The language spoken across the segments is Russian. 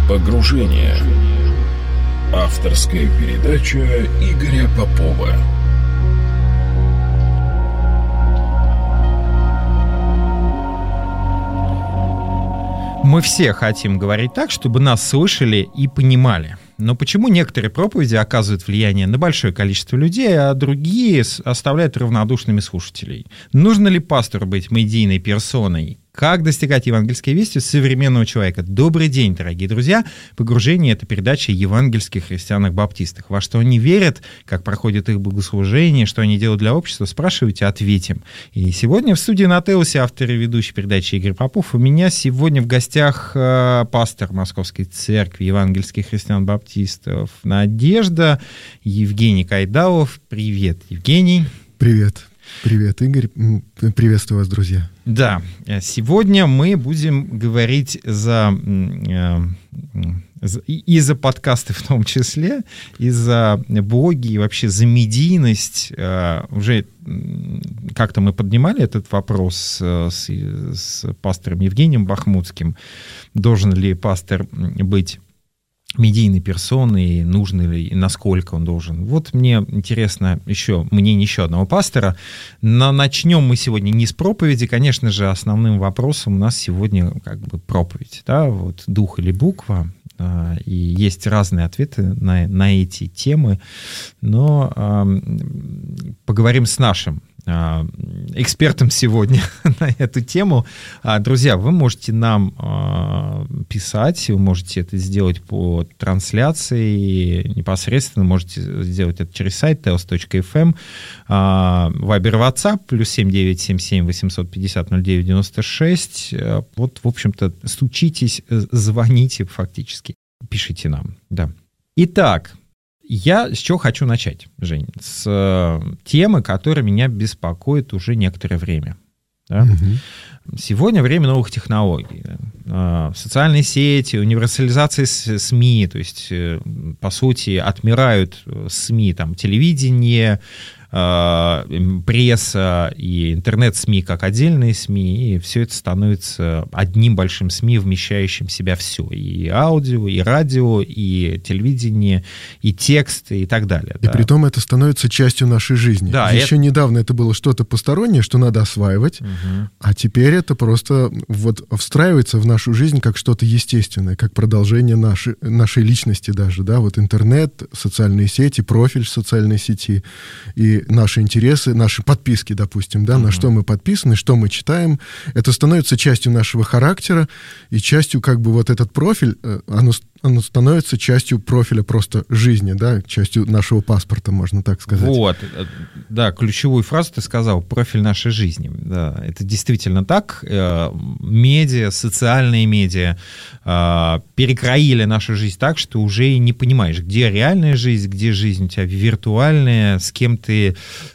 Погружение. Авторская передача Игоря Попова. Мы все хотим говорить так, чтобы нас слышали и понимали. Но почему некоторые проповеди оказывают влияние на большое количество людей, а другие оставляют равнодушными слушателей? Нужно ли пастору быть медийной персоной? Как достигать евангельской вести современного человека? Добрый день, дорогие друзья. «Погружение» — это передача о евангельских христианах-баптистах. Во что они верят, как проходит их богослужение, что они делают для общества, спрашивайте, ответим. И сегодня в студии на Теусе автор и ведущий передачи Игорь Попов. У меня сегодня в гостях пастор Московской церкви евангельских христиан-баптистов Надежда, Евгений Кайдалов. Привет, Евгений. Привет. Привет, Игорь. Приветствую вас, друзья. Да, сегодня мы будем говорить и за подкасты в том числе, и за блоги, и вообще за медийность. Уже как-то мы поднимали этот вопрос с пастором Евгением Бахмутским. Должен ли пастор быть медийной персоной, нужно ли и насколько он должен. Вот мне интересно мнение еще одного пастора. Но начнем мы сегодня не с проповеди. Конечно же, основным вопросом у нас сегодня проповедь. Да? Вот дух или буква. И есть разные ответы на эти темы. Но поговорим с нашим экспертом сегодня на эту тему. Друзья, вы можете нам писать, вы можете это сделать по трансляции непосредственно, можете сделать это через сайт teos.fm, Вайбер, WhatsApp, +7 977 850 0996. Вот, в общем-то, стучитесь, звоните фактически, пишите нам. Да. Итак, я с чего хочу начать, Жень? С темы, которая меня беспокоит уже некоторое время. Да? Угу. Сегодня время новых технологий. Да? Социальные сети, универсализация СМИ, то есть, по сути, отмирают СМИ, там, телевидение, пресса и интернет-СМИ как отдельные СМИ, и все это становится одним большим СМИ, вмещающим в себя все. И аудио, и радио, и телевидение, и текст, и так далее. И притом это становится частью нашей жизни. Да, еще недавно это было что-то постороннее, что надо осваивать, а теперь это просто встраивается в нашу жизнь как что-то естественное, как продолжение нашей личности даже. Да? Вот интернет, социальные сети, профиль в социальной сети, и наши интересы, наши подписки, допустим, да, на что мы подписаны, что мы читаем, это становится частью нашего характера, и частью этот профиль, оно становится частью профиля просто жизни, да, частью нашего паспорта, можно так сказать. Вот, да, ключевую фразу ты сказал, профиль нашей жизни. Да, это действительно так. Медиа, социальные медиа перекроили нашу жизнь так, что уже и не понимаешь, где реальная жизнь, где жизнь у тебя виртуальная, с кем ты.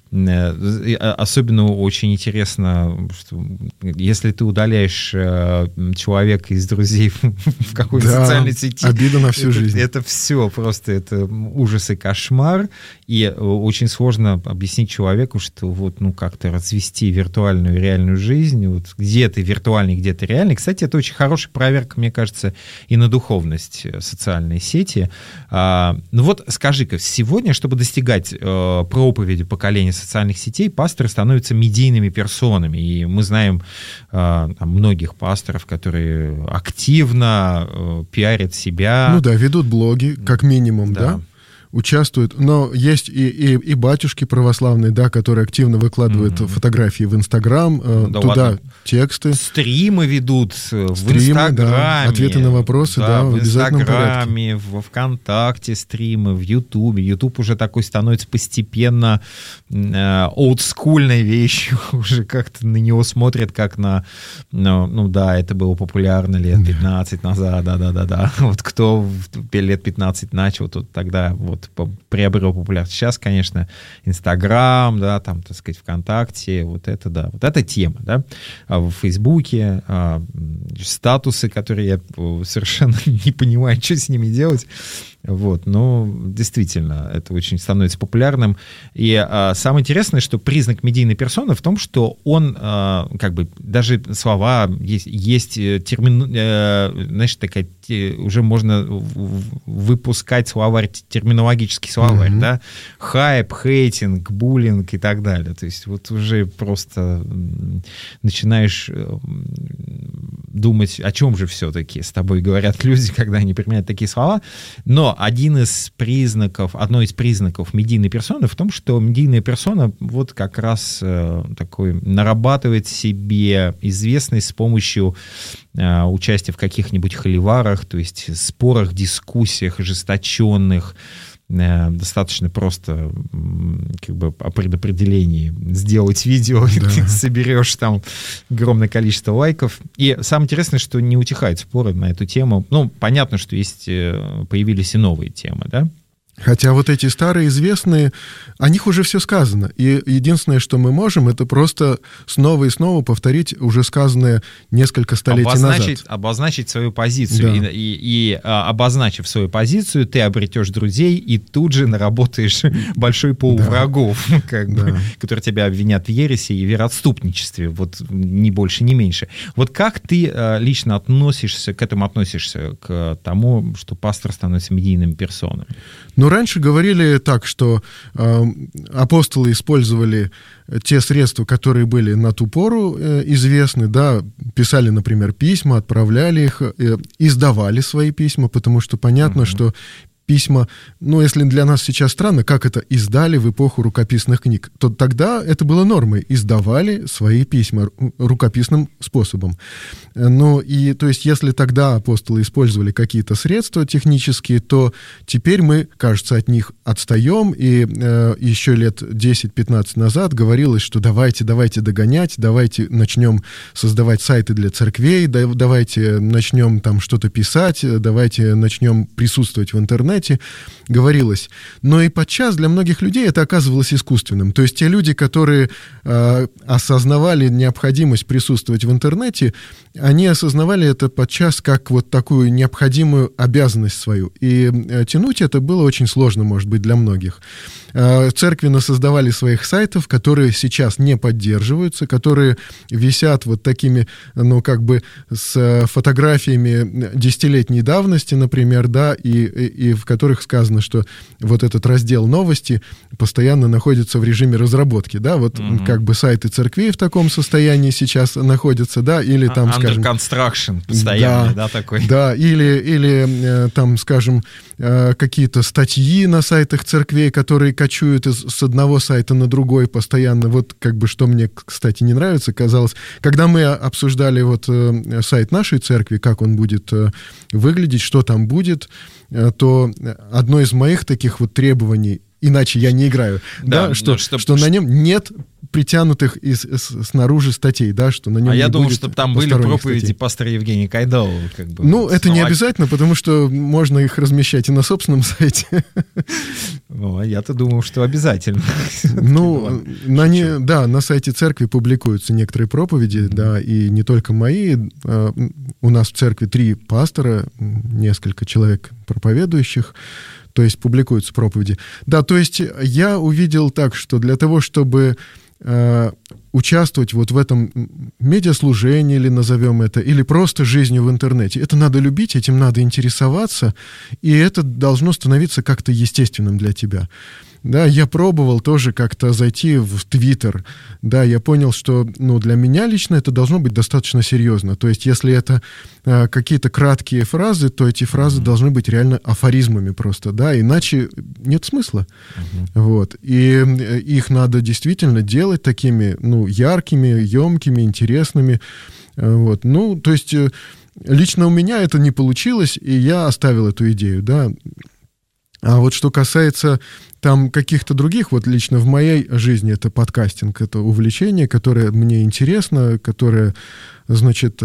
Особенно очень интересно, что если ты удаляешь человека из друзей в какой-то социальной сети, обида на всю жизнь. Это все просто, это ужас и кошмар, и очень сложно объяснить человеку, что как-то развести виртуальную и реальную жизнь, где ты виртуальный, где ты реальный. Кстати, это очень хорошая проверка, мне кажется, и на духовность социальной сети. Скажи-ка, сегодня, чтобы достигать проповеди поколения социальных сетей, пасторы становятся медийными персонами. И мы знаем многих пасторов, которые активно пиарят себя. Ведут блоги, как минимум, да? Участвуют, но есть и батюшки православные, да, которые активно выкладывают фотографии в Инстаграм, туда тексты. Стримы ведут в Инстаграме. Да, ответы на вопросы, в Инстаграме, в ВКонтакте стримы, в Ютубе. Ютуб уже такой становится постепенно олдскульной вещью, уже как-то на него смотрят как на... это было популярно лет 15 назад, да. Вот кто лет 15 начал, то тогда приобрел популярность. Сейчас, конечно, Инстаграм, да, там, так сказать, ВКонтакте, вот эта тема, да. В Фейсбуке статусы, которые я совершенно не понимаю, что с ними делать. Вот, но действительно, это очень становится популярным. И самое интересное, что признак медийной персоны в том, что он, как бы, даже слова, есть термин, знаешь, такая, уже можно выпускать словарь, терминологический словарь, да, хайп, хейтинг, буллинг и так далее. То есть вот уже просто начинаешь думать, о чем же все-таки с тобой говорят люди, когда они применяют такие слова. Но одно из признаков медийной персоны в том, что медийная персона вот как раз такой нарабатывает себе известность с помощью участия в каких-нибудь холиварах, то есть спорах, дискуссиях ожесточенных. Достаточно просто как бы о предопределении сделать видео, и ты соберешь там огромное количество лайков. И самое интересное, что не утихают споры на эту тему. Ну, понятно, что появились и новые темы, да? Хотя вот эти старые, известные, о них уже все сказано. И единственное, что мы можем, это просто снова и снова повторить уже сказанное несколько столетий назад. Обозначить свою позицию. Да. И обозначив свою позицию, ты обретешь друзей и тут же наработаешь большой пул врагов, которые тебя обвинят в ереси и вероотступничестве. Вот ни больше, ни меньше. Вот как ты лично относишься к тому, что пастор становится медийными персонами? Но раньше говорили так, что апостолы использовали те средства, которые были на ту пору известны, да, писали, например, письма, отправляли их, издавали свои письма, потому что понятно, что письма, ну, если для нас сейчас странно, как это издали в эпоху рукописных книг, то тогда это было нормой. Издавали свои письма рукописным способом. Ну, и, то есть, если тогда апостолы использовали какие-то средства технические, то теперь мы, кажется, от них отстаем, и еще лет 10-15 назад говорилось, что давайте догонять, давайте начнем создавать сайты для церквей, давайте начнем там что-то писать, давайте начнем присутствовать в интернете, говорилось. Но и подчас для многих людей это оказывалось искусственным. То есть те люди, которые осознавали необходимость присутствовать в интернете, они осознавали это подчас как вот такую необходимую обязанность свою. И тянуть это было очень сложно, может быть, для многих. Церкви насоздавали своих сайтов, которые сейчас не поддерживаются, которые висят вот такими, ну, как бы с фотографиями десятилетней давности, например, да, и в которых сказано, что вот этот раздел новости постоянно находится в режиме разработки, да, вот как бы сайты церквей в таком состоянии сейчас находятся, да, или там, скажем... Under construction постоянно, да, такой. Да, или там, скажем, какие-то статьи на сайтах церквей, которые кочуют с одного сайта на другой постоянно. Вот как бы что мне, кстати, не нравится, казалось, когда мы обсуждали вот сайт нашей церкви, как он будет выглядеть, что там будет, то одно из моих таких вот требований, иначе я не играю, да, что на нем нет притянутых снаружи статей, да, что на нем не я думал, будет чтобы там были проповеди пастора Евгения Кайдалова. Как бы, ну, это не обязательно, потому что можно их размещать и на собственном сайте. Ну, а я-то думал, что обязательно. Ну, на сайте церкви публикуются некоторые проповеди, да, и не только мои. У нас в церкви 3 пастора, несколько человек проповедующих, то есть публикуются проповеди. Да, то есть я увидел так, что для того, чтобы участвовать вот в этом медиаслужении, или назовем это, или просто жизнью в интернете, это надо любить, этим надо интересоваться, и это должно становиться как-то естественным для тебя. Да, я пробовал тоже как-то зайти в Твиттер. Да, я понял, что, ну, для меня лично это должно быть достаточно серьезно. То есть, если это какие-то краткие фразы, то эти фразы должны быть реально афоризмами просто, да, иначе нет смысла. Вот. И их надо действительно делать такими, ну, яркими, емкими, интересными. Вот. Ну, то есть, лично у меня это не получилось, и я оставил эту идею, да. А вот что касается там каких-то других, вот лично в моей жизни это подкастинг, это увлечение, которое мне интересно, которое, значит,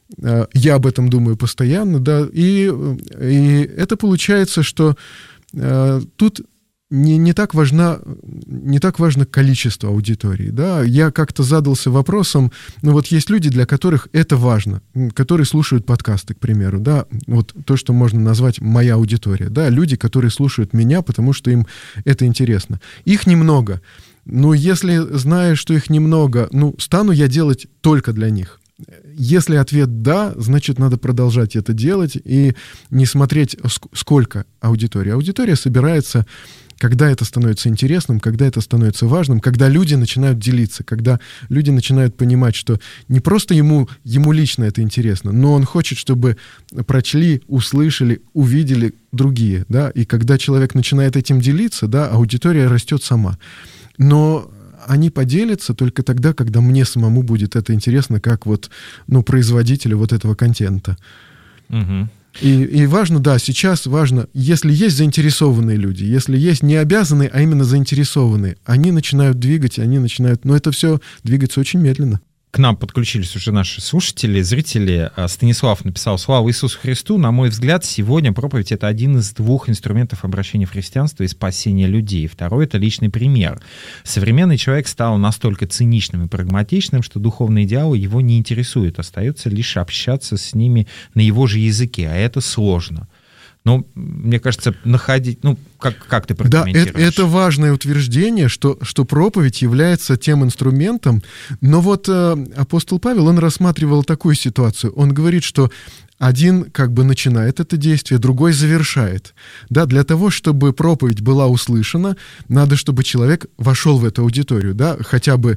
я об этом думаю постоянно, да, и это получается, что тут не так важно количество аудитории, да. Я как-то задался вопросом, вот есть люди, для которых это важно, которые слушают подкасты, к примеру, да, вот то, что можно назвать моя аудитория, да, люди, которые слушают меня, потому что им это интересно. Их немного. Если знаешь, что их немного, стану я делать только для них. Если ответ «да», значит, надо продолжать это делать и не смотреть, сколько аудитория. Аудитория собирается, когда это становится интересным, когда это становится важным, когда люди начинают делиться, когда люди начинают понимать, что не просто ему лично это интересно, но он хочет, чтобы прочли, услышали, увидели другие. Да? И когда человек начинает этим делиться, да, аудитория растет сама. Но они поделятся только тогда, когда мне самому будет это интересно, как производителю вот этого контента. Угу. И важно, да, сейчас важно, если есть заинтересованные люди, если есть не обязанные, а именно заинтересованные, они начинают двигать, но это все двигается очень медленно. К нам подключились уже наши слушатели, зрители. Станислав написал: «Слава Иисусу Христу! На мой взгляд, сегодня проповедь — это один из двух инструментов обращения в христианство и спасения людей. Второй — это личный пример. Современный человек стал настолько циничным и прагматичным, что духовные идеалы его не интересуют. Остается лишь общаться с ними на его же языке, а это сложно». Мне кажется, находить... Как ты прокомментируешь? Да, это важное утверждение, что проповедь является тем инструментом. Но апостол Павел, он рассматривал такую ситуацию. Он говорит, что один начинает это действие, другой завершает. Да, для того, чтобы проповедь была услышана, надо, чтобы человек вошел в эту аудиторию, да, хотя бы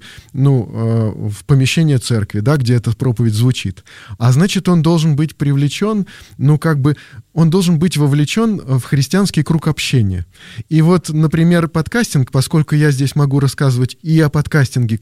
в помещение церкви, да, где эта проповедь звучит. А значит, он должен быть привлечен, он должен быть вовлечен в христианский круг общения. И например, подкастинг, поскольку я здесь могу рассказывать и о подкастинге,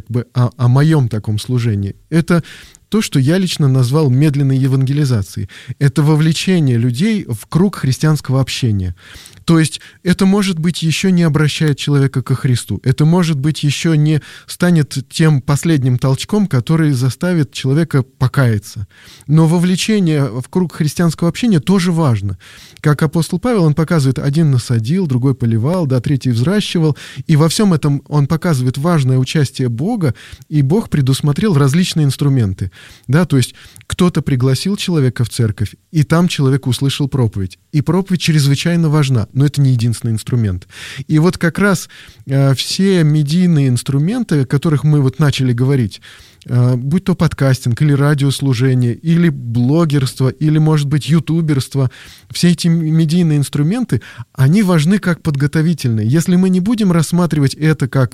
о моем таком служении, это то, что я лично назвал медленной евангелизацией. Это вовлечение людей в круг христианского общения. То есть это, может быть, еще не обращает человека ко Христу. Это, может быть, еще не станет тем последним толчком, который заставит человека покаяться. Но вовлечение в круг христианского общения тоже важно. Как апостол Павел, он показывает: один насадил, другой поливал, третий взращивал. И во всем этом он показывает важное участие Бога, и Бог предусмотрел различные инструменты. Да, то есть кто-то пригласил человека в церковь, и там человек услышал проповедь. И проповедь чрезвычайно важна, но это не единственный инструмент. И как раз все медийные инструменты, о которых мы начали говорить, будь то подкастинг, или радиослужение, или блогерство, или, может быть, ютуберство, все эти медийные инструменты, они важны как подготовительные. Если мы не будем рассматривать это как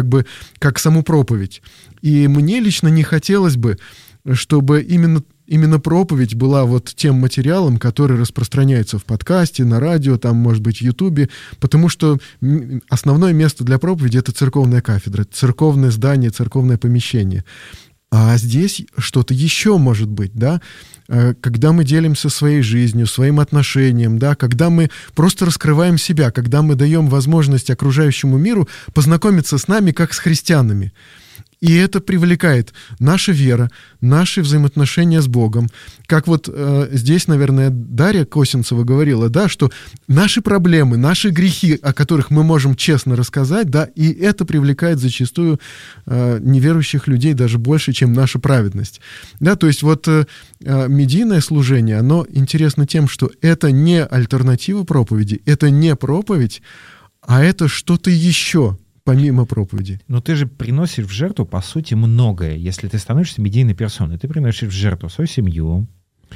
саму проповедь, и мне лично не хотелось бы, чтобы именно проповедь была тем материалом, который распространяется в подкасте, на радио, там, может быть, в Ютубе, потому что основное место для проповеди — это церковная кафедра, церковное здание, церковное помещение. А здесь что-то еще может быть, да, когда мы делимся своей жизнью, своим отношением, да, когда мы просто раскрываем себя, когда мы даем возможность окружающему миру познакомиться с нами как с христианами. И это привлекает наша вера, наши взаимоотношения с Богом. Как здесь, наверное, Дарья Косинцева говорила, да, что наши проблемы, наши грехи, о которых мы можем честно рассказать, да, и это привлекает зачастую неверующих людей даже больше, чем наша праведность. Да, то есть медийное служение, оно интересно тем, что это не альтернатива проповеди, это не проповедь, а это что-то еще, помимо проповеди. Но ты же приносишь в жертву, по сути, многое. Если ты становишься медийной персоной, ты приносишь в жертву свою семью,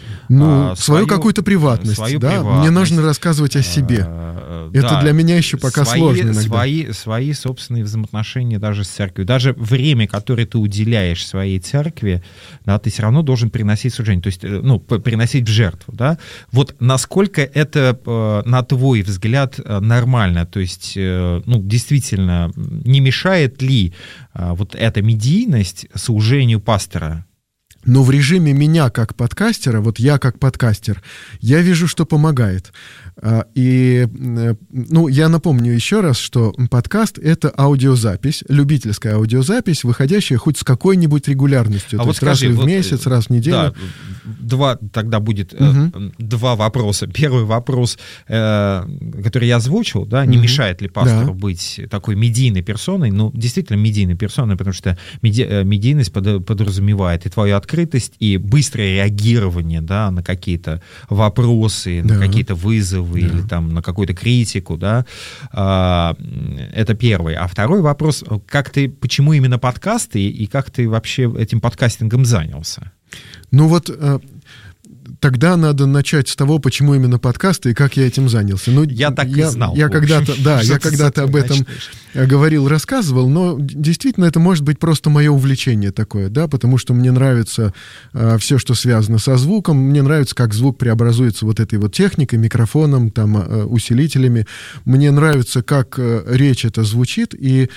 свою какую-то приватность, свою приватность. Мне нужно рассказывать о себе. Это для меня еще пока сложно иногда. Свои собственные взаимоотношения даже с церковью. Даже время, которое ты уделяешь своей церкви, да, ты все равно должен приносить служение, то есть, приносить в жертву. Да? Насколько это, на твой взгляд, нормально? То есть, действительно, не мешает ли эта медийность служению пастора? Но в режиме меня как подкастера, я как подкастер, я вижу, что помогает. И, я напомню еще раз, что подкаст — это аудиозапись, любительская аудиозапись, выходящая хоть с какой-нибудь регулярностью. То есть скажи, раз в месяц, раз в неделю. тогда будет два вопроса. Первый вопрос, который я озвучил, да, не мешает ли пастору быть такой медийной персоной? Ну, действительно медийной персоной, потому что медийность подразумевает и твою открытость, и быстрое реагирование, да, на какие-то вопросы, на какие-то вызовы или там на какую-то критику, да. Это первый. А второй вопрос, почему именно подкасты и как ты вообще этим подкастингом занялся? Ну вот тогда надо начать с того, почему именно подкасты и как я этим занялся. Ну, я так и знал. Я когда-то об этом говорил, рассказывал, но действительно это может быть просто мое увлечение такое, да, потому что мне нравится все, что связано со звуком, мне нравится, как звук преобразуется вот этой вот техникой, микрофоном, там, усилителями, мне нравится, как речь это звучит, и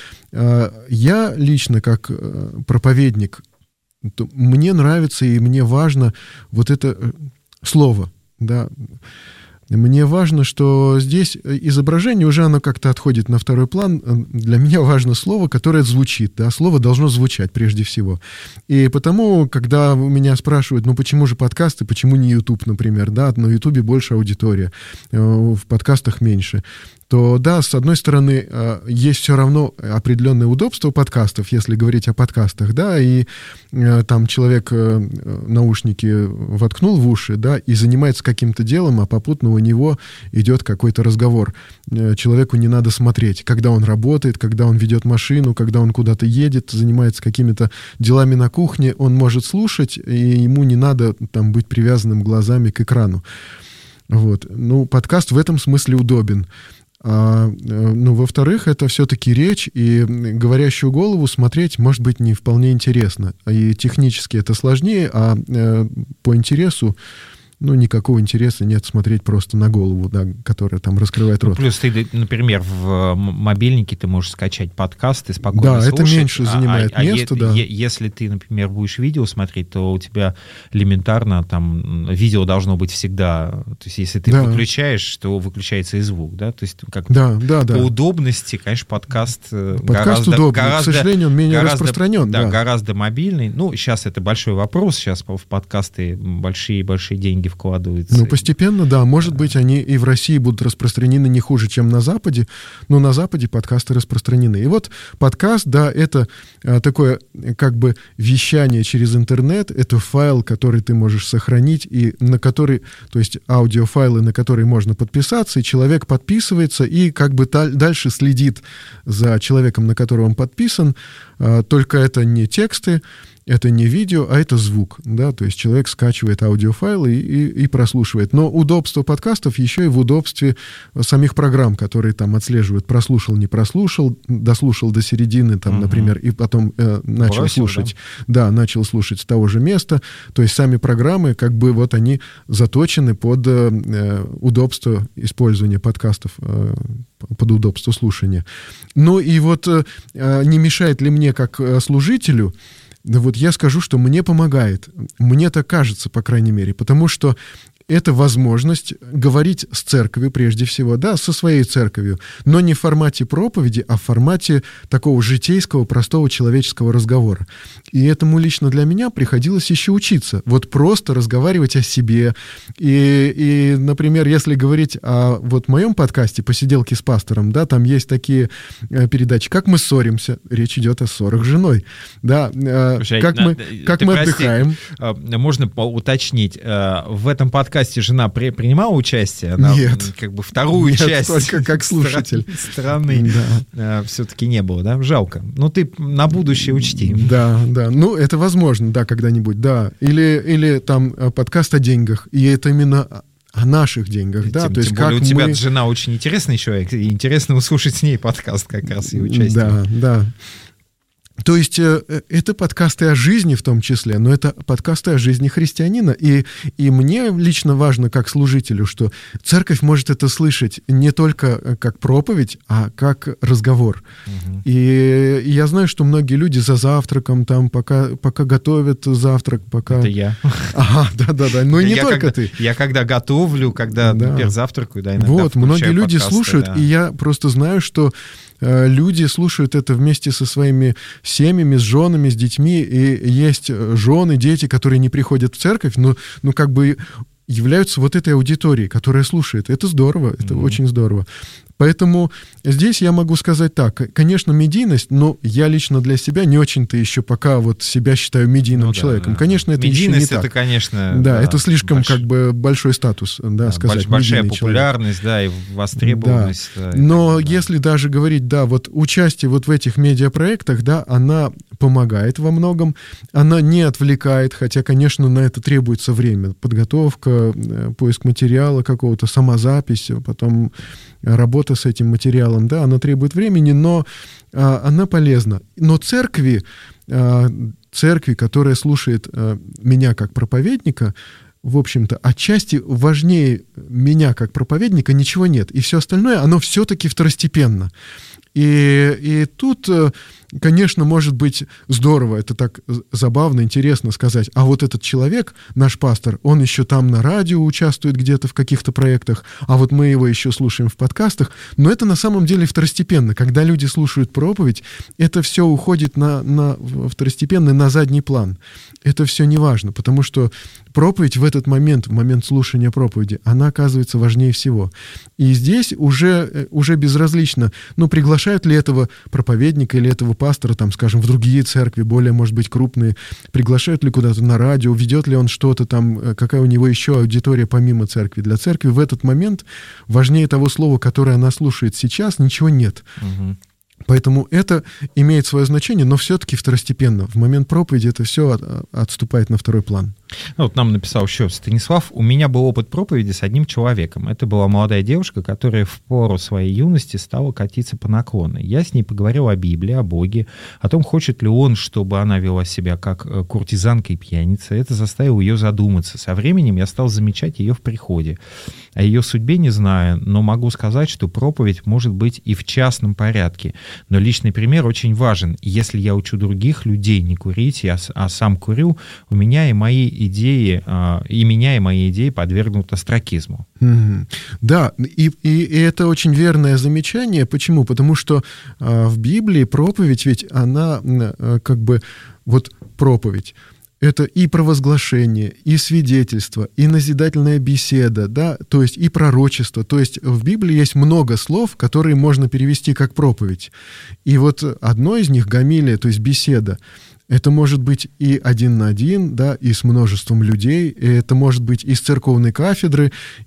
я лично, как проповедник, мне нравится и мне важно вот это слово, да. Мне важно, что здесь изображение уже оно как-то отходит на второй план. Для меня важно слово, которое звучит, да, слово должно звучать прежде всего. И потому, когда меня спрашивают, ну почему же подкасты, почему не YouTube, например, да, на YouTube больше аудитория, в подкастах меньше, то да, с одной стороны, есть все равно определенное удобство подкастов, если говорить о подкастах, да, и там человек наушники воткнул в уши, да, и занимается каким-то делом, а попутно у него идет какой-то разговор. Человеку не надо смотреть, когда он работает, когда он ведет машину, когда он куда-то едет, занимается какими-то делами на кухне, он может слушать, и ему не надо там быть привязанным глазами к экрану. Вот. Ну, подкаст в этом смысле удобен. Ну, во-вторых, это все-таки речь, и говорящую голову смотреть, может быть, не вполне интересно. И технически это сложнее, а по интересу, ну, никакого интереса нет смотреть просто на голову, да, которая там раскрывает рот. Плюс ты, например, в мобильнике ты можешь скачать подкаст и спокойно слушать. Да, это меньше занимает места, да. Если ты, например, будешь видео смотреть, то у тебя элементарно там видео должно быть всегда. То есть если ты выключаешь, то выключается и звук, да? То есть как по удобности, конечно, подкаст удобный. К сожалению, он менее распространен. Да, гораздо мобильный. Ну, сейчас это большой вопрос. Сейчас в подкасты большие-большие деньги вкладываются. Ну, постепенно, да. Может быть, они и в России будут распространены не хуже, чем на Западе, но на Западе подкасты распространены. И вот подкаст, да, это такое как бы вещание через интернет, это файл, который ты можешь сохранить, и на который, то есть аудиофайлы, на которые можно подписаться, и человек подписывается, и как бы дальше следит за человеком, на которого он подписан, только это не тексты, это не видео, а это звук, да, то есть человек скачивает аудиофайлы и прослушивает. Но удобство подкастов еще и в удобстве самих программ, которые там отслеживают, прослушал, не прослушал, дослушал до середины, там, например, и потом начал слушать, начал слушать с того же места. То есть сами программы, как бы вот они заточены под удобство использования подкастов, под удобство слушания. Ну и вот не мешает ли мне как служителю? Да вот я скажу, что мне помогает. Мне так кажется, по крайней мере, потому что это возможность говорить с церковью прежде всего, да, со своей церковью, но не в формате проповеди, а в формате такого житейского, простого человеческого разговора. И этому лично для меня приходилось еще учиться. Вот просто разговаривать о себе. И например, если говорить о вот моем подкасте «Посиделки с пастором», да, там есть такие передачи, как мы ссоримся, речь идет о ссорах с женой, да, слушай, как мы отдыхаем. Можно уточнить, в этом подкасте жена принимала участие? Она, нет. Как бы вторую часть только как слушатель. Стороны все-таки не было, да? Жалко. Ну, ты на будущее учти. Да. Ну, это возможно, да, когда-нибудь, да. Или там подкаст о деньгах, и это именно о наших деньгах, да. То есть более, как у тебя жена очень интересный человек, и интересно услышать с ней подкаст как раз и участие. Да. То есть это подкасты о жизни в том числе, но это подкасты о жизни христианина. И мне лично важно, как служителю, что церковь может это слышать не только как проповедь, а как разговор. Угу. И я знаю, что многие люди за завтраком, там, пока готовят завтрак, пока... Это я. Ага, да. Ну и не только ты. Я когда готовлю, когда, например, завтракаю, да, иногда вот, многие люди слушают, да. И я просто знаю, что люди слушают это вместе со своими семьями, с женами, с детьми, и есть жены, дети, которые не приходят в церковь, но как бы являются вот этой аудиторией, которая слушает. Это здорово, это очень здорово. Поэтому здесь я могу сказать так. Конечно, медийность, но я лично для себя не очень-то еще пока вот себя считаю медийным человеком. Да. Конечно, это медийность еще не это, так. Конечно, да, это слишком как бы большой статус, да, сказать. Большая популярность, человек. Да, и востребованность. Да. Но если даже говорить, да, вот участие вот в этих медиапроектах, да, она помогает во многом, она не отвлекает, хотя, конечно, на это требуется время. Подготовка, поиск материала какого-то, самозапись, потом работа с этим материалом, да, она требует времени, но она полезна. Но церкви, которая слушает меня как проповедника, в общем-то, отчасти важнее меня как проповедника ничего нет. И все остальное, оно все-таки второстепенно. И тут, конечно, может быть здорово, это так забавно, интересно сказать, а вот этот человек, наш пастор, он еще там на радио участвует где-то в каких-то проектах, а вот мы его еще слушаем в подкастах, но это на самом деле второстепенно. Когда люди слушают проповедь, это все уходит на второстепенно, на задний план. Это все не важно, потому что проповедь в этот момент, в момент слушания проповеди, она оказывается важнее всего. И здесь уже безразлично, приглашают ли этого проповедника или этого пастора, там, скажем, в другие церкви, более, может быть, крупные, приглашают ли куда-то на радио, ведет ли он что-то там, какая у него еще аудитория помимо церкви. Для церкви в этот момент важнее того слова, которое она слушает сейчас, ничего нет. Угу. Поэтому это имеет свое значение, но все-таки второстепенно. В момент проповеди это все отступает на второй план. Вот нам написал еще Станислав: у меня был опыт проповеди с одним человеком. Это была молодая девушка, которая в пору своей юности стала катиться по наклонной. Я с ней поговорил о Библии, о Боге, о том, хочет ли он, чтобы она вела себя как куртизанка и пьяница. Это заставило ее задуматься. Со временем я стал замечать ее в приходе. О ее судьбе не знаю, но могу сказать, что проповедь может быть и в частном порядке. Но личный пример очень важен. Если я учу других людей не курить, а сам курю, у меня и мои идеи, и мои идеи подвергнут остракизму. Mm-hmm. Да, и это очень верное замечание. Почему? Потому что в Библии проповедь, ведь она как бы вот проповедь. Это и провозглашение, и свидетельство, и назидательная беседа, да, то есть и пророчество. То есть в Библии есть много слов, которые можно перевести как проповедь. И вот одно из них — гомилия, то есть беседа. Это может быть и один на один, да, и с множеством людей, и это может быть и с церковной кафедры,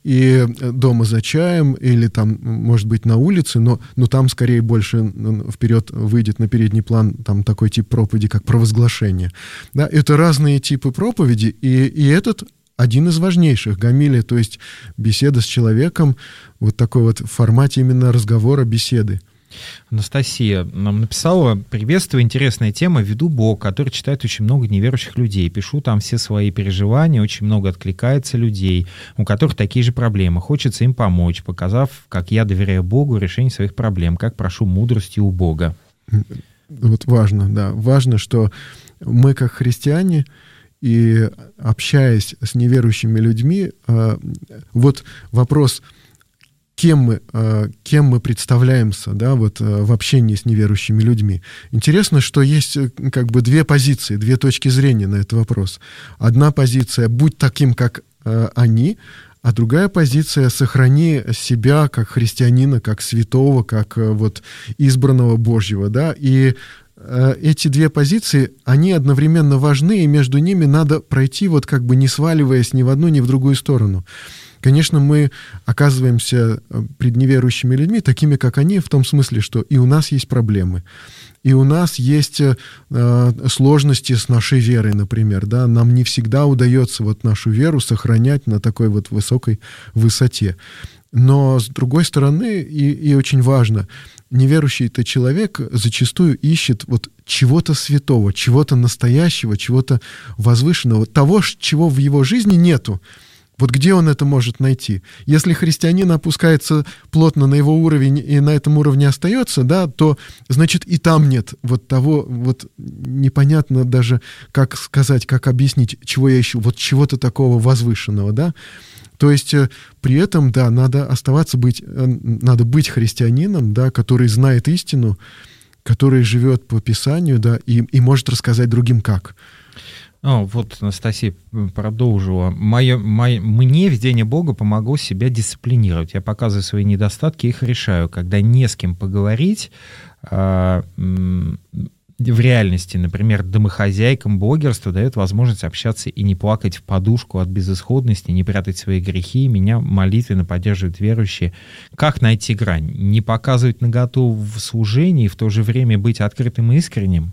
и дома за чаем, или там, может быть, на улице, но там скорее больше вперед выйдет на передний план там такой тип проповеди, как провозглашение. Да, это разные типы проповеди, и этот один из важнейших — гомилия, то есть беседа с человеком, вот такой вот в формате именно разговора, беседы. Анастасия нам написала: приветствую, интересная тема, веду блог, который читает очень много неверующих людей, пишу там все свои переживания, очень много откликается людей, у которых такие же проблемы, хочется им помочь, показав, как я доверяю Богу решение своих проблем, как прошу мудрости у Бога. Вот важно, да, важно, что мы как христиане, и общаясь с неверующими людьми, вот вопрос, кем мы представляемся, да, вот в общении с неверующими людьми. Интересно, что есть как бы две позиции, две точки зрения на этот вопрос. Одна позиция — будь таким, как они, а другая позиция — сохрани себя как христианина, как святого, как вот избранного Божьего, да, и эти две позиции, они одновременно важны, и между ними надо пройти вот как бы не сваливаясь ни в одну, ни в другую сторону. Конечно, мы оказываемся пред неверующими людьми, такими, как они, в том смысле, что и у нас есть проблемы, и у нас есть сложности с нашей верой, например, да, нам не всегда удается вот нашу веру сохранять на такой вот высокой высоте. Но, с другой стороны, и очень важно, неверующий-то человек зачастую ищет вот чего-то святого, чего-то настоящего, чего-то возвышенного, того, чего в его жизни нету. Вот где он это может найти? Если христианин опускается плотно на его уровень и на этом уровне остается, да, то, значит, и там нет вот того, вот непонятно даже, как сказать, как объяснить, чего я ищу, вот чего-то такого возвышенного, да. То есть при этом, да, надо быть христианином, да, который знает истину, который живет по Писанию, да, и может рассказать другим как. Вот Анастасия продолжила. Мне видение Бога помогло себя дисциплинировать. Я показываю свои недостатки, их решаю. Когда не с кем поговорить, в реальности, например, домохозяйкам блогерство дает возможность общаться и не плакать в подушку от безысходности, не прятать свои грехи. Меня молитвенно поддерживают верующие. Как найти грань? Не показывать наготу в служении и в то же время быть открытым и искренним?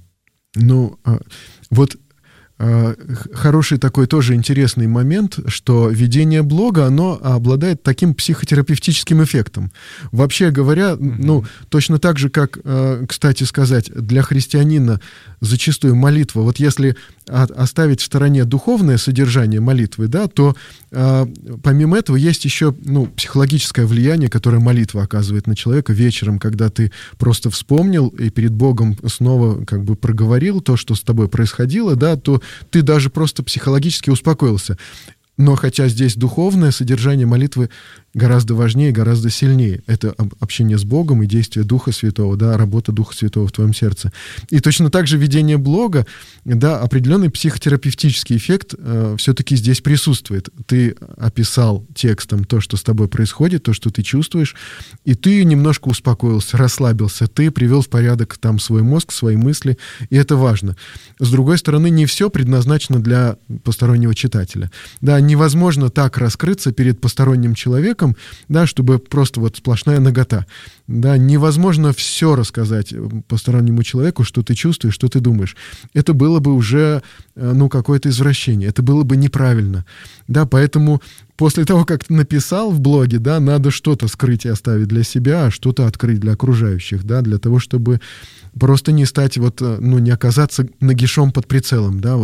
Хороший такой тоже интересный момент, что ведение блога, оно обладает таким психотерапевтическим эффектом. Вообще говоря, точно так же, как, кстати сказать, для христианина зачастую молитва, вот если оставить в стороне духовное содержание молитвы, да, то помимо этого есть еще психологическое влияние, которое молитва оказывает на человека вечером, когда ты просто вспомнил и перед Богом снова как бы проговорил то, что с тобой происходило, да, то ты даже просто психологически успокоился. Но хотя здесь духовное содержание молитвы гораздо важнее, гораздо сильнее. Это общение с Богом и действие Духа Святого, да, работа Духа Святого в твоем сердце. И точно так же ведение блога, да, определенный психотерапевтический эффект все-таки здесь присутствует. Ты описал текстом то, что с тобой происходит, то, что ты чувствуешь, и ты немножко успокоился, расслабился, ты привел в порядок там свой мозг, свои мысли, и это важно. С другой стороны, не все предназначено для постороннего читателя. Да, невозможно так раскрыться перед посторонним человеком, да, чтобы просто вот сплошная нагота. Да, невозможно все рассказать постороннему человеку, что ты чувствуешь, что ты думаешь. Это было бы уже, какое-то извращение. Это было бы неправильно. Да, поэтому после того, как ты написал в блоге, да, надо что-то скрыть и оставить для себя, а что-то открыть для окружающих, да, для того, чтобы просто не стать не оказаться нагишом под прицелом, да,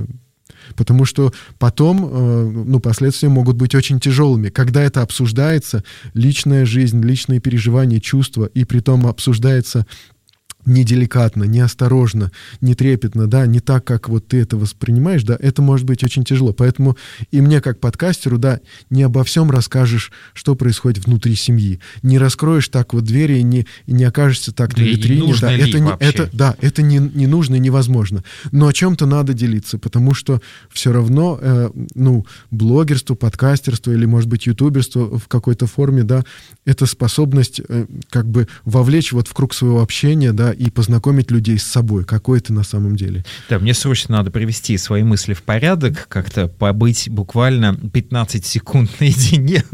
потому что потом, последствия могут быть очень тяжелыми. Когда это обсуждается, личная жизнь, личные переживания, чувства, и притом обсуждается неделикатно, неосторожно, не трепетно, да, не так, как вот ты это воспринимаешь, да, это может быть очень тяжело. Поэтому и мне, как подкастеру, да, не обо всем расскажешь, что происходит внутри семьи. Не раскроешь так вот двери и не окажешься так на витрине. Да, это не нужно и невозможно. Но о чем-то надо делиться, потому что все равно, блогерство, подкастерство или, может быть, ютуберство в какой-то форме, да, это способность как бы вовлечь вот в круг своего общения, да, и познакомить людей с собой, какой ты на самом деле. Да, мне срочно надо привести свои мысли в порядок, как-то побыть буквально 15 секунд наедине,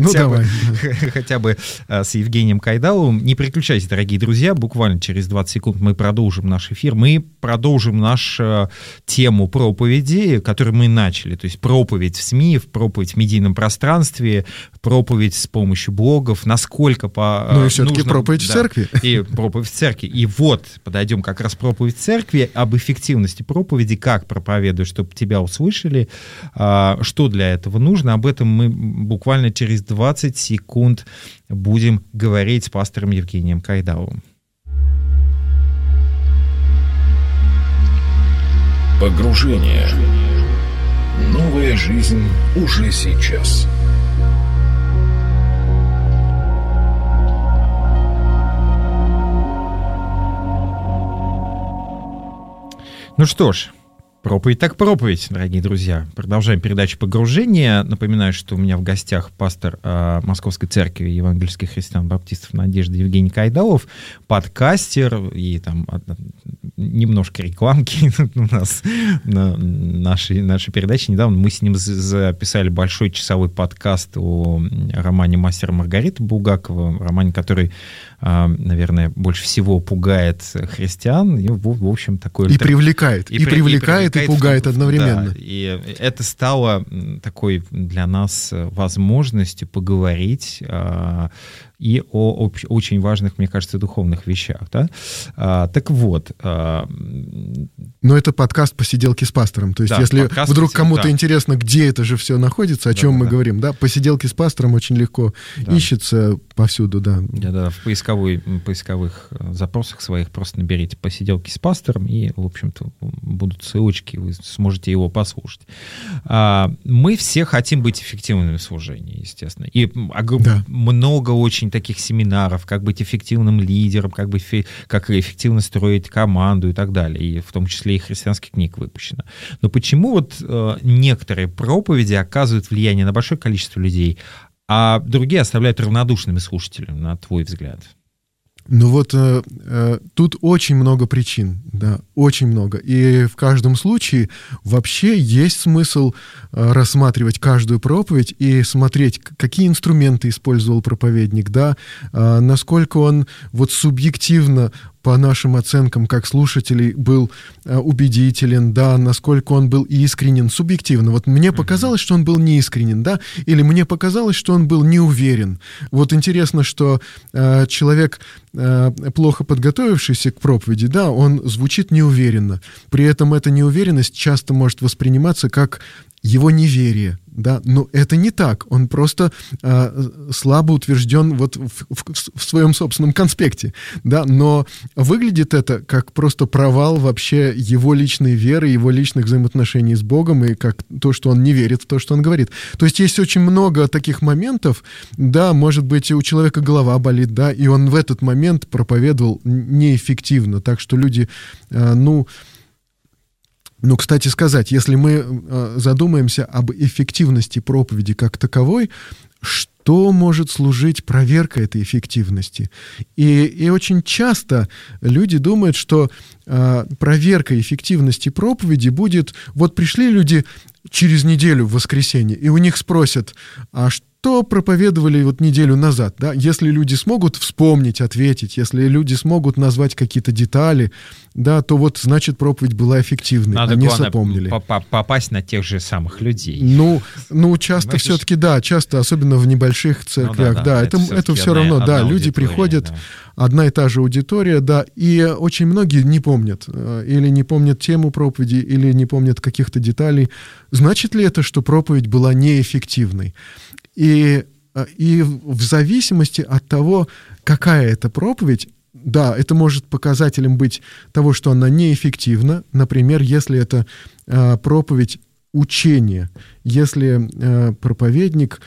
хотя бы с Евгением Кайдаловым. Не переключайтесь, дорогие друзья, буквально через 20 секунд мы продолжим наш эфир. Мы продолжим нашу тему проповеди, которую мы начали, то есть проповедь в СМИ, проповедь в медийном пространстве, проповедь с помощью блогов, насколько и все-таки проповедь в церкви. И проповедь в церкви. И вот подойдем как раз к проповеди церкви, об эффективности проповеди, как проповедовать, чтобы тебя услышали, что для этого нужно. Об этом мы буквально через 20 секунд будем говорить с пастором Евгением Кайдаловым. Погружение. Новая жизнь уже сейчас. Ну что ж, проповедь так проповедь, дорогие друзья. Продолжаем передачу «Погружение». Напоминаю, что у меня в гостях пастор Московской церкви евангельских христиан-баптистов Надежды Евгений Кайдалов, подкастер и там немножко рекламки у нас на нашей передаче. Недавно мы с ним записали большой часовой подкаст о романе «Мастер и Маргарита» Булгакова, романе, который наверное, больше всего пугает христиан. И, в общем, такой... И привлекает, и пугает одновременно. Да, и это стало такой для нас возможностью поговорить и о очень важных, мне кажется, духовных вещах. Да? Так вот. Но это подкаст «Посиделки с пастором». То есть, если вдруг кому-то интересно, где это же все находится, о чем мы говорим, да, «Посиделки с пастором» очень легко ищется повсюду, да. Да, в поисковых запросах своих просто наберите «Посиделки с пастором», и, в общем-то, будут ссылочки, вы сможете его послушать. Мы все хотим быть эффективными в служении, естественно. И много очень таких семинаров, как быть эффективным лидером, как эффективно строить команду и так далее. И в том числе и христианских книг выпущено. Но почему вот некоторые проповеди оказывают влияние на большое количество людей, а другие оставляют равнодушными слушателями, на твой взгляд? Ну вот тут очень много причин, да, очень много. И в каждом случае вообще есть смысл рассматривать каждую проповедь и смотреть, какие инструменты использовал проповедник, да, насколько он вот субъективно, по нашим оценкам, как слушателей, был убедителен, да, насколько он был искренен, субъективно. Вот мне показалось, что он был неискренен, да, или мне показалось, что он был неуверен. Вот интересно, что человек, плохо подготовившийся к проповеди, да, он звучит неуверенно. При этом эта неуверенность часто может восприниматься как его неверие, да, но это не так, он просто слабо утвержден вот в своем собственном конспекте, да, но выглядит это как просто провал вообще его личной веры, его личных взаимоотношений с Богом, и как то, что он не верит в то, что он говорит. То есть есть очень много таких моментов, да, может быть, у человека голова болит, да, и он в этот момент проповедовал неэффективно, так что люди, Ну, кстати сказать, если мы задумаемся об эффективности проповеди как таковой, что может служить проверкой этой эффективности? И очень часто люди думают, что проверка эффективности проповеди будет... Вот пришли люди через неделю в воскресенье, и у них спросят, а что проповедовали вот неделю назад, да? Если люди смогут вспомнить, ответить, если люди смогут назвать какие-то детали, да, то вот, значит, проповедь была эффективной. Надо, они главное, запомнили. Попасть на тех же самых людей. Ну, часто все-таки, да, часто, особенно в небольших церквях, это все равно, да, люди приходят, да. Одна и та же аудитория, да, и очень многие не помнят, или не помнят тему проповеди, или не помнят каких-то деталей. Значит ли это, что проповедь была неэффективной? И в зависимости от того, какая это проповедь, да, это может показателем быть того, что она неэффективна. Например, если это проповедь учения, если проповедник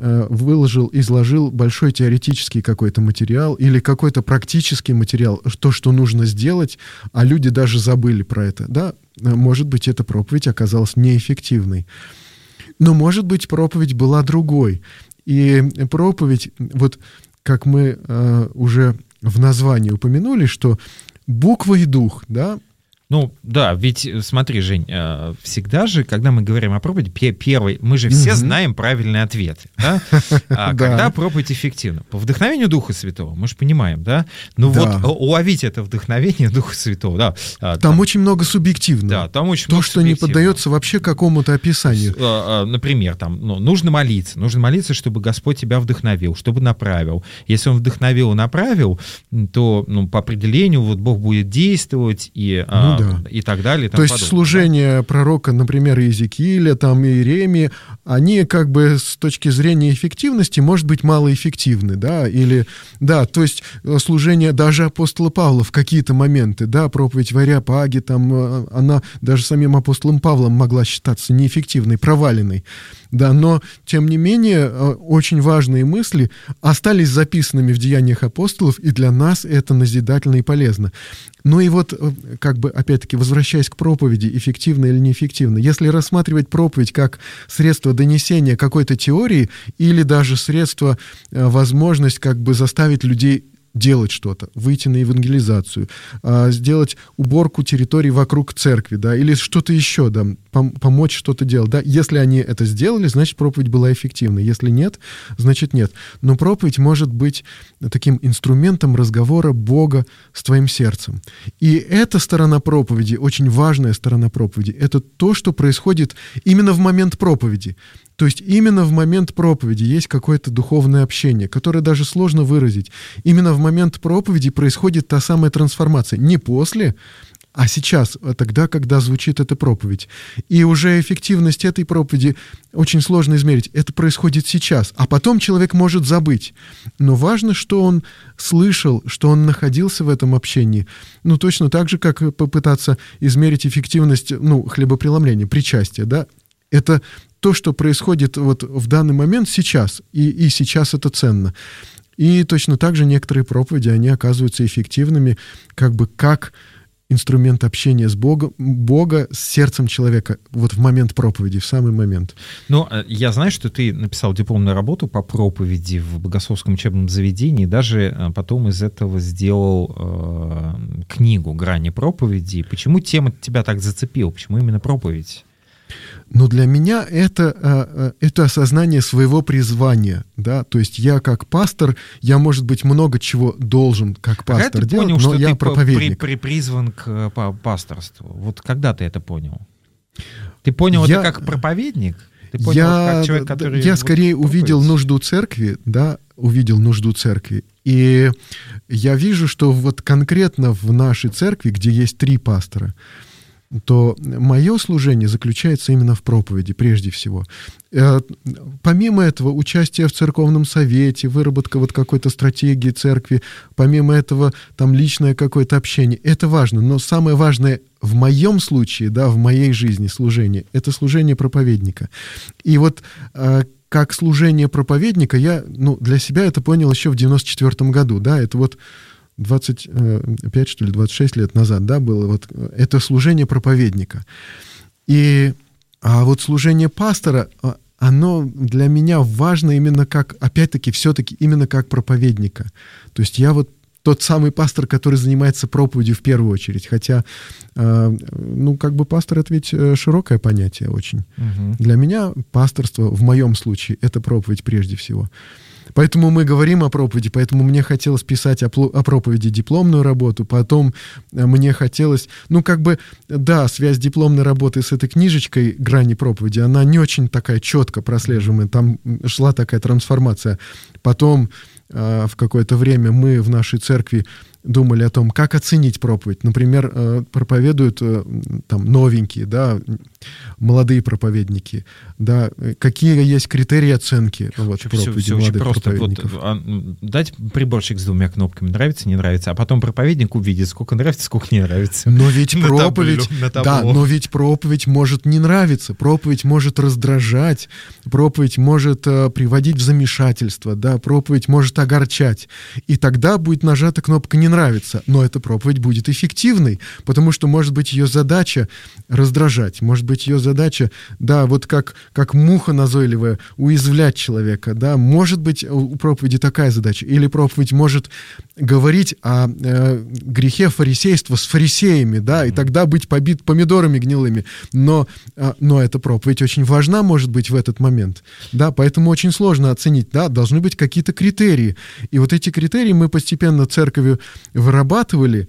изложил большой теоретический какой-то материал или какой-то практический материал, то, что нужно сделать, а люди даже забыли про это, да, может быть, эта проповедь оказалась неэффективной. Но, может быть, проповедь была другой. И проповедь, вот как мы уже в названии упомянули, что буква и дух, да. Ну, да, ведь смотри, Жень, всегда же, когда мы говорим о проповеди, первый, мы же все знаем правильный ответ, да? Когда проповедь эффективна? По вдохновению Духа Святого, мы же понимаем, да? Ну вот уловить это вдохновение Духа Святого, да. Там очень много субъективного. Да, там очень много субъективного. То, что не поддается вообще какому-то описанию. Например, там, нужно молиться, чтобы Господь тебя вдохновил, чтобы направил. Если Он вдохновил и направил, то, по определению, вот Бог будет действовать и так далее. И то есть служение пророка, например, Иезекииля, там, Иеремии, они как бы с точки зрения эффективности, может быть, малоэффективны, да, или, да, то есть служение даже апостола Павла в какие-то моменты, да, проповедь в Ареопаге, там, она даже самим апостолом Павлом могла считаться неэффективной, проваленной, да, но, тем не менее, очень важные мысли остались записанными в Деяниях апостолов, и для нас это назидательно и полезно. Ну и вот, как бы, опять-таки, возвращаясь к проповеди, эффективно или неэффективно, если рассматривать проповедь как средство донесения какой-то теории или даже средство, возможность как бы заставить людей делать что-то, выйти на евангелизацию, сделать уборку территории вокруг церкви, да, или что-то еще, да, помочь что-то делать, да. Если они это сделали, значит, проповедь была эффективна. Если нет, значит, нет. Но проповедь может быть таким инструментом разговора Бога с твоим сердцем. И эта сторона проповеди, очень важная сторона проповеди, это то, что происходит именно в момент проповеди. То есть именно в момент проповеди есть какое-то духовное общение, которое даже сложно выразить. Именно в момент проповеди происходит та самая трансформация. Не после, а сейчас, тогда, когда звучит эта проповедь. И уже эффективность этой проповеди очень сложно измерить. Это происходит сейчас. А потом человек может забыть. Но важно, что он слышал, что он находился в этом общении. Ну, точно так же, как попытаться измерить эффективность, хлебопреломления, причастия, да? Это то, что происходит вот в данный момент сейчас, и сейчас это ценно. И точно так же некоторые проповеди, они оказываются эффективными, как инструмент общения с Бога с сердцем человека вот в момент проповеди, в самый момент. Ну, я знаю, что ты написал дипломную работу по проповеди в богословском учебном заведении, даже потом из этого сделал книгу «Грани проповеди». Почему тема тебя так зацепила? Почему именно проповедь? Но для меня это осознание своего призвания, да, то есть я как пастор, я, может быть, много чего должен как пастор делать, понял, но я проповедник. Ты призван к пасторству? Вот когда ты это понял? Ты понял это как проповедник? Ты понял, как человек, который... Я скорее увидел нужду церкви, да, и я вижу, что вот конкретно в нашей церкви, где есть 3 пастора, то мое служение заключается именно в проповеди, прежде всего. Помимо этого, участие в церковном совете, выработка вот какой-то стратегии церкви, помимо этого, там личное какое-то общение, это важно. Но самое важное в моем случае, да, в моей жизни служение, это служение проповедника. И вот как служение проповедника я, для себя это понял еще в 94 году, да, это вот 25, что ли, 26 лет назад, да, было вот это служение проповедника. А вот служение пастора, оно для меня важно именно как, опять-таки, все-таки именно как проповедника. То есть я вот тот самый пастор, который занимается проповедью в первую очередь. Хотя, пастор — это ведь широкое понятие очень. Угу. Для меня пасторство, в моем случае, это проповедь прежде всего. Поэтому мы говорим о проповеди, поэтому мне хотелось писать о проповеди дипломную работу, потом мне хотелось, связь дипломной работы с этой книжечкой «Грани проповеди», она не очень такая четко прослеживаемая, там шла такая трансформация. Потом в какое-то время мы в нашей церкви думали о том, как оценить проповедь. Например, проповедуют там новенькие, да, молодые проповедники, да, какие есть критерии оценки проповеди молодых проповедников. Дать приборчик с 2 кнопками, нравится, не нравится, а потом проповедник увидит, сколько нравится, сколько не нравится. Но ведь проповедь может не нравиться, проповедь может раздражать, проповедь может приводить в замешательство, да, проповедь может огорчать. И тогда будет нажата кнопка «не нравится», но эта проповедь будет эффективной, потому что, может быть, ее задача раздражать, может быть, ее задача, да, вот как муха назойливая, уязвлять человека, да, может быть, у проповеди такая задача, или проповедь может говорить о грехе фарисейства с фарисеями, да, и тогда быть побит помидорами гнилыми, но эта проповедь очень важна, может быть, в этот момент, да, поэтому очень сложно оценить, да, должны быть какие-то критерии, и вот эти критерии мы постепенно церковью вырабатывали,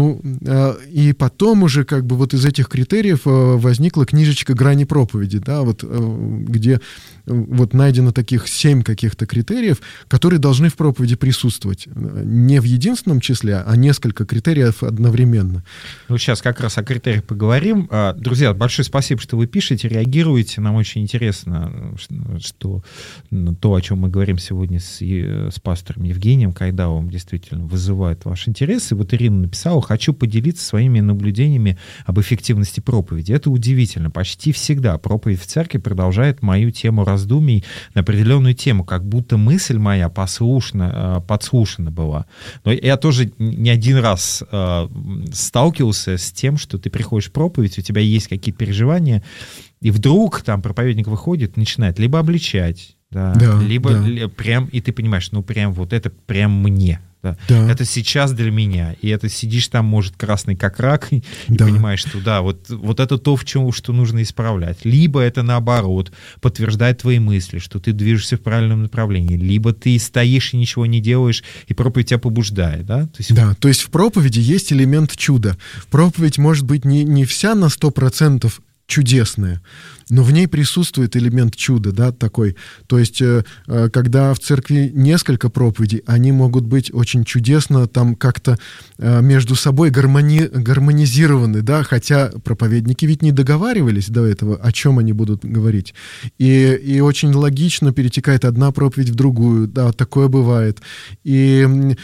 и потом уже вот из этих критериев возникла книжечка «Грани проповеди», да, где найдено таких 7 каких-то критериев, которые должны в проповеди присутствовать. Не в единственном числе, а несколько критериев одновременно. Сейчас как раз о критериях поговорим. Друзья, большое спасибо, что вы пишете, реагируете. Нам очень интересно, что то, о чем мы говорим сегодня с пастором Евгением Кайдаловым, действительно вызывает ваш интерес. И вот Ирина написала: хочу поделиться своими наблюдениями об эффективности проповеди. Это удивительно. Почти всегда проповедь в церкви продолжает мою тему раздумий на определенную тему, как будто мысль моя подслушана была. Но я тоже не один раз сталкивался с тем, что ты приходишь в проповедь, у тебя есть какие-то переживания, и вдруг там проповедник выходит, начинает либо обличать, либо прям, и ты понимаешь, прям вот это прям мне. Да. Да. Это сейчас для меня. И это сидишь там, может, красный как рак, и понимаешь, что да, вот это то, что нужно исправлять. Либо это наоборот, подтверждает твои мысли, что ты движешься в правильном направлении. Либо ты стоишь и ничего не делаешь, и проповедь тебя побуждает. Да, то есть в проповеди есть элемент чуда. Проповедь может быть не вся на 100% чудесная, но в ней присутствует элемент чуда, да, такой. То есть, когда в церкви несколько проповедей, они могут быть очень чудесно там как-то между собой гармонизированы, да, хотя проповедники ведь не договаривались до этого, о чем они будут говорить. И очень логично перетекает одна проповедь в другую, да, такое бывает. И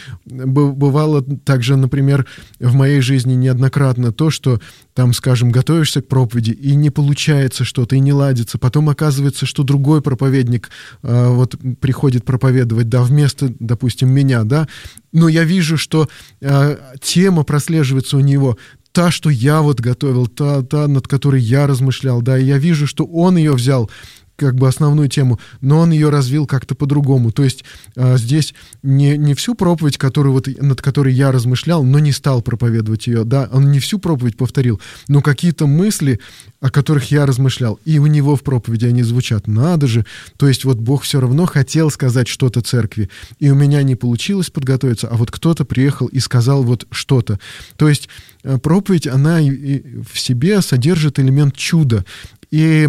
бывало также, например, в моей жизни неоднократно то, что там, скажем, готовишься к проповеди, и не получается что-то, и не ладится. Потом оказывается, что другой проповедник вот приходит проповедовать, да, вместо, допустим, меня, да. Но я вижу, что тема прослеживается у него, та, что я вот готовил, та, над которой я размышлял, да, и я вижу, что он ее взял как бы основную тему, но он ее развил как-то по-другому. То есть здесь не всю проповедь, над которой я размышлял, но не стал проповедовать ее, да, он не всю проповедь повторил, но какие-то мысли, о которых я размышлял, и у него в проповеди они звучат. Надо же! То есть вот Бог все равно хотел сказать что-то церкви, и у меня не получилось подготовиться, а вот кто-то приехал и сказал вот что-то. То есть проповедь, она в себе содержит элемент чуда. И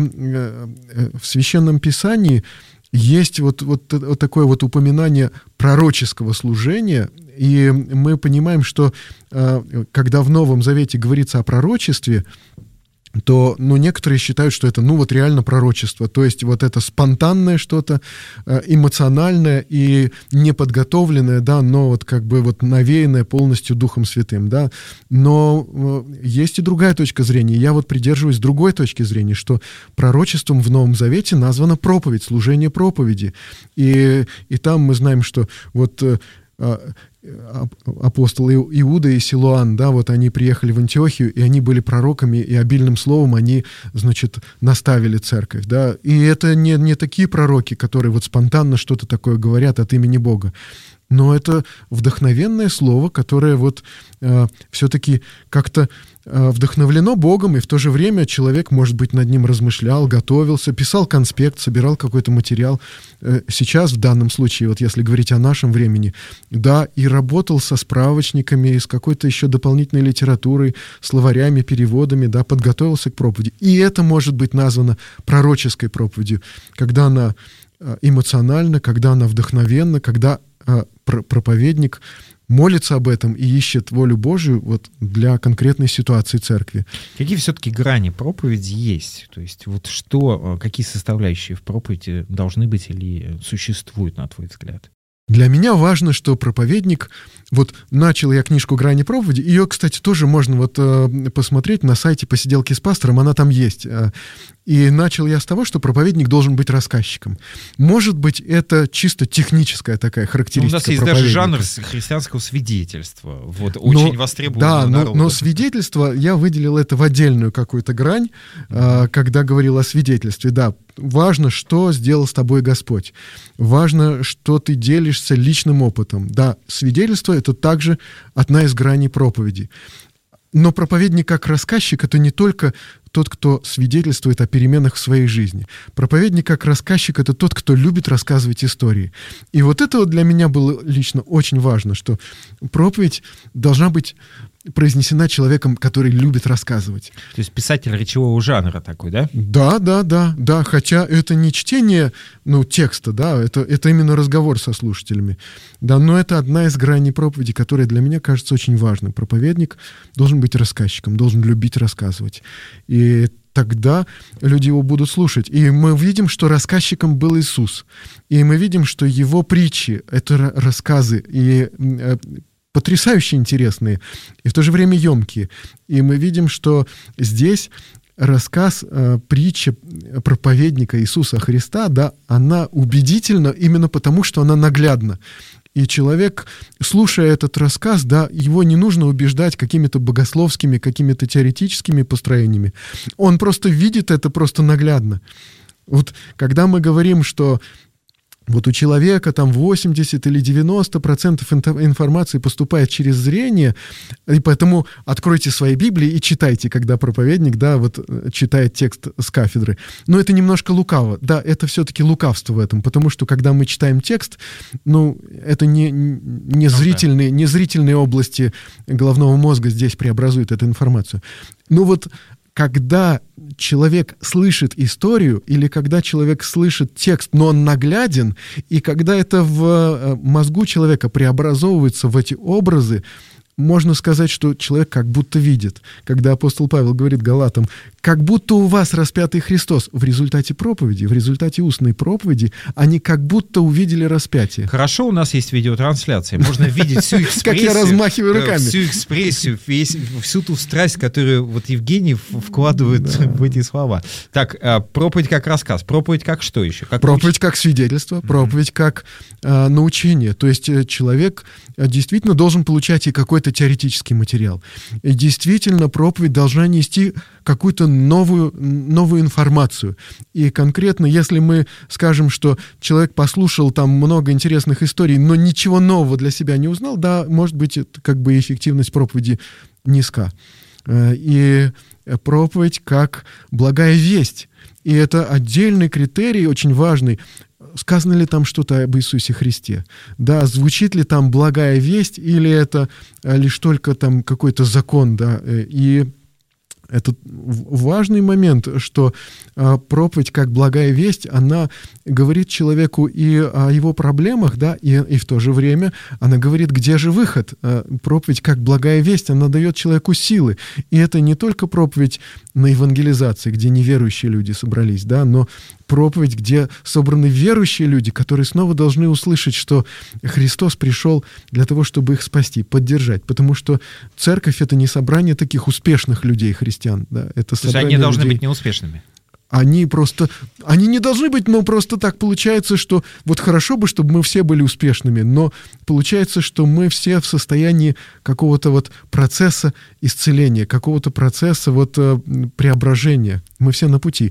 в Священном Писании есть вот такое вот упоминание пророческого служения, и мы понимаем, что когда в Новом Завете говорится о пророчестве, то, некоторые считают, что это, вот реально пророчество, то есть вот это спонтанное что-то, эмоциональное и неподготовленное, да, но вот как бы вот навеянное полностью Духом Святым, да, но есть и другая точка зрения, я вот придерживаюсь другой точки зрения, что пророчеством в Новом Завете названа проповедь, служение проповеди, и там мы знаем, что вот апостол Иуда и Силуан, да, вот они приехали в Антиохию, и они были пророками, и обильным словом они, значит, наставили церковь, да, и это не такие пророки, которые вот спонтанно что-то такое говорят от имени Бога, но это вдохновенное слово, которое вот все-таки как-то вдохновлено Богом, и в то же время человек, может быть, над ним размышлял, готовился, писал конспект, собирал какой-то материал. Сейчас, в данном случае, вот если говорить о нашем времени, да, и работал со справочниками, с какой-то еще дополнительной литературой, словарями, переводами, да, подготовился к проповеди. И это может быть названо пророческой проповедью, когда она эмоциональна, когда она вдохновенна, когда проповедник молится об этом и ищет волю Божию вот для конкретной ситуации церкви. Какие все-таки грани проповеди есть? То есть вот какие составляющие в проповеди должны быть или существуют, на твой взгляд? Для меня важно, что проповедник, вот начал я книжку «Грани проповеди», ее, кстати, тоже можно вот посмотреть на сайте «Посиделки с пастором», она там есть. И начал я с того, что проповедник должен быть рассказчиком. Может быть, это чисто техническая такая характеристика. У нас есть даже жанр христианского свидетельства, вот, очень востребованного народа. Но свидетельство, я выделил это в отдельную какую-то грань, когда говорил о свидетельстве, да. Важно, что сделал с тобой Господь. Важно, что ты делишься личным опытом. Да, свидетельство — это также одна из граней проповеди. Но проповедник как рассказчик — это не только тот, кто свидетельствует о переменах в своей жизни. Проповедник как рассказчик — это тот, кто любит рассказывать истории. И вот это вот для меня было лично очень важно, что проповедь должна быть произнесена человеком, который любит рассказывать. То есть писатель речевого жанра такой, да? Да, хотя это не чтение, текста, да, это именно разговор со слушателями. Да, но это одна из граней проповеди, которая для меня кажется очень важной. Проповедник должен быть рассказчиком, должен любить рассказывать. И тогда люди его будут слушать. И мы видим, что рассказчиком был Иисус. И мы видим, что его притчи — это рассказы, и потрясающе интересные, и в то же время емкие. И мы видим, что здесь рассказ, притча проповедника Иисуса Христа, да, она убедительна именно потому, что она наглядна. И человек, слушая этот рассказ, да, его не нужно убеждать какими-то богословскими, какими-то теоретическими построениями. Он просто видит это просто наглядно. Вот когда мы говорим, что Вот у человека там 80 или 90% информации поступает через зрение, и поэтому откройте свои Библии и читайте, когда проповедник, да, вот читает текст с кафедры. Но это немножко лукаво. Да, это все-таки лукавство в этом, потому что когда мы читаем текст, ну, это не зрительные области головного мозга здесь преобразуют эту информацию. Ну вот когда человек слышит историю или когда человек слышит текст, но он нагляден, и когда это в мозгу человека преобразовывается в эти образы, можно сказать, что человек как будто видит. Когда апостол Павел говорит Галатам, как будто у вас распятый Христос, в результате проповеди, в результате устной проповеди, они как будто увидели распятие. Хорошо, у нас есть видеотрансляция, можно видеть всю экспрессию. Как я размахиваю руками. Всю экспрессию, всю ту страсть, которую вот Евгений вкладывает в эти слова. Так, проповедь как рассказ, проповедь как что еще? Проповедь как свидетельство, проповедь как научение. То есть человек действительно должен получать и какой-то теоретический материал. И действительно проповедь должна нести какую-то новую информацию. И конкретно, если мы скажем, что человек послушал там много интересных историй, но ничего нового для себя не узнал, да, может быть, как бы эффективность проповеди низка. И проповедь как благая весть. И это отдельный критерий, очень важный. Сказано ли там что-то об Иисусе Христе? Да, звучит ли там благая весть, или это лишь только там какой-то закон, да? И это важный момент, что проповедь как благая весть, она говорит человеку и о его проблемах, да, и в то же время она говорит, где же выход. Проповедь как благая весть, она дает человеку силы. И это не только проповедь на евангелизации, где неверующие люди собрались, да, но проповедь, где собраны верующие люди, которые снова должны услышать, что Христос пришел для того, чтобы их спасти, поддержать. Потому что церковь — это не собрание таких успешных людей, христиан. Да, это то есть они должны быть неуспешными? Они не должны быть, но просто так получается, что вот хорошо бы, чтобы мы все были успешными, но получается, что мы все в состоянии какого-то вот процесса исцеления, какого-то процесса вот преображения. Мы все на пути.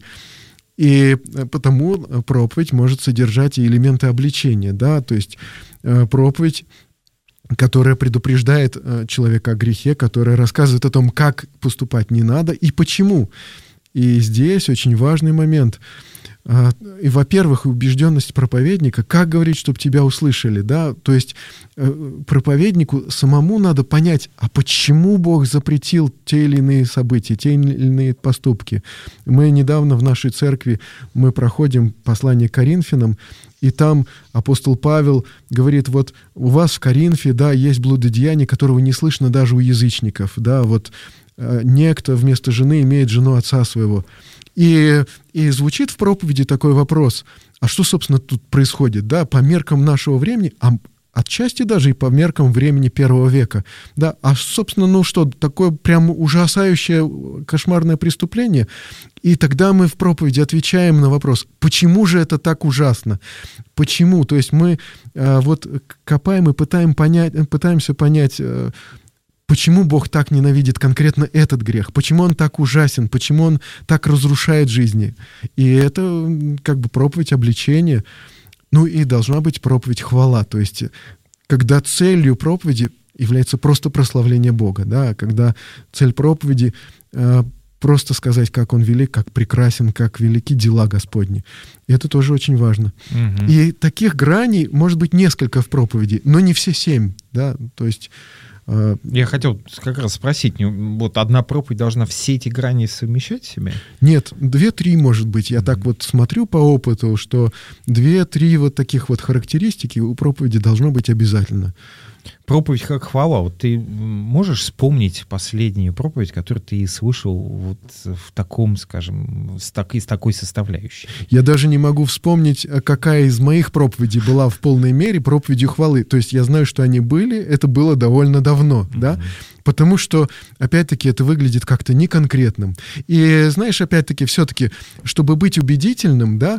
И потому проповедь может содержать и элементы обличения, да, то есть проповедь, которая предупреждает человека о грехе, которая рассказывает о том, как поступать не надо и почему. И здесь очень важный момент. И, во-первых, убежденность проповедника, как говорить, чтобы тебя услышали, да, то есть проповеднику самому надо понять, а почему Бог запретил те или иные события, те или иные поступки. Мы недавно в нашей церкви, мы проходим послание к Коринфянам, и там апостол Павел говорит, вот у вас в Коринфе, да, есть блудодеяние, которого не слышно даже у язычников, да, вот некто вместо жены имеет жену отца своего. И звучит в проповеди такой вопрос, а что, собственно, тут происходит, да, по меркам нашего времени, а отчасти даже и по меркам времени первого века, да, а, собственно, ну что, такое прям ужасающее, кошмарное преступление, и тогда мы в проповеди отвечаем на вопрос, почему же это так ужасно, почему, то есть мы вот копаем и пытаемся понять, почему Бог так ненавидит конкретно этот грех? Почему он так ужасен? Почему он так разрушает жизни? И это как бы проповедь обличения. Ну и должна быть проповедь хвала. То есть когда целью проповеди является просто прославление Бога, да? Когда цель проповеди просто сказать, как Он велик, как прекрасен, как велики дела Господни. И это тоже очень важно. Угу. И таких граней может быть несколько в проповеди, но не все 7. Да? То есть я хотел как раз спросить, вот одна проповедь должна все эти грани совмещать в себе? Нет, 2-3, может быть. Я так вот смотрю по опыту, что 2-3 вот таких вот характеристики у проповеди должно быть обязательно. Проповедь как хвала. Вот ты можешь вспомнить последнюю проповедь, которую ты слышал вот в таком, скажем, с такой составляющей? Я даже не могу вспомнить, какая из моих проповедей была в полной мере проповедью хвалы. То есть я знаю, что они были, это было довольно давно, да? Потому что, опять-таки, это выглядит как-то неконкретным. И, знаешь, опять-таки, все-таки, чтобы быть убедительным, да,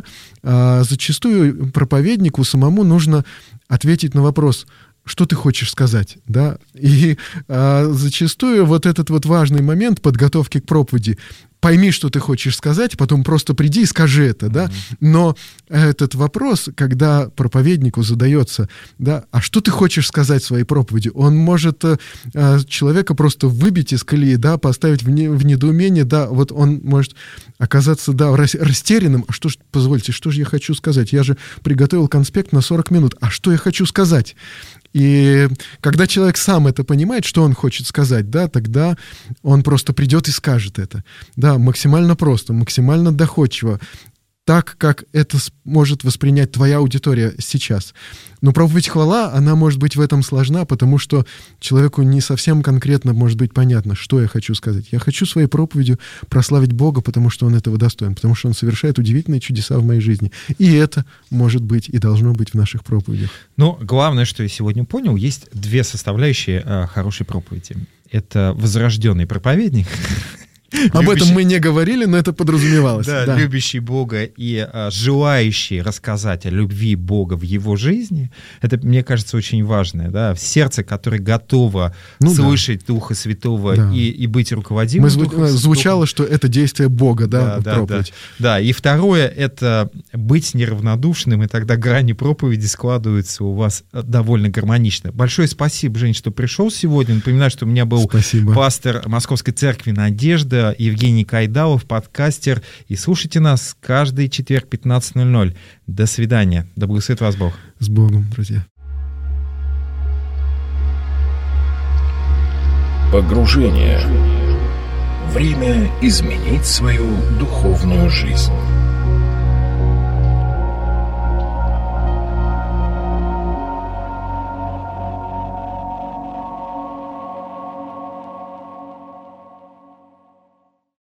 зачастую проповеднику самому нужно ответить на вопрос, что ты хочешь сказать, да? И зачастую вот этот вот важный момент подготовки к проповеди пойми, что ты хочешь сказать, потом просто приди и скажи это, да. Но этот вопрос, когда проповеднику задается, да, а что ты хочешь сказать в своей проповеди, он может человека просто выбить из колеи, да, поставить в недоумение, да, вот он может оказаться, да, растерянным. А что ж, позвольте, что же я хочу сказать? Я же приготовил конспект на 40 минут. А что я хочу сказать? И когда человек сам это понимает, что он хочет сказать, да, тогда он просто придет и скажет это. Да, максимально просто, максимально доходчиво, так, как это может воспринять твоя аудитория сейчас. Но проповедь хвала, она может быть в этом сложна, потому что человеку не совсем конкретно может быть понятно, что я хочу сказать. Я хочу своей проповедью прославить Бога, потому что Он этого достоин, потому что Он совершает удивительные чудеса в моей жизни. И это может быть и должно быть в наших проповедях. Но главное, что я сегодня понял, есть две составляющие хорошей проповеди. Это возрожденный проповедник. Об этом мы не говорили, но это подразумевалось. Да, любящий Бога и желающий рассказать о любви Бога в его жизни, это, мне кажется, очень важное. Да? В сердце, которое готово слышать Духа Святого и быть руководимым Духом. Звучало, что это действие Бога, да, проповедь. Да, и второе — это быть неравнодушным, и тогда грани проповеди складываются у вас довольно гармонично. Большое спасибо, Жень, что пришел сегодня. Напоминаю, что у меня был пастор Московской церкви «Надежда» Евгений Кайдалов, подкастер. И слушайте нас каждый четверг 15:00. До свидания. Да благословит вас Бог. С Богом, друзья. Погружение. Время изменить свою духовную жизнь.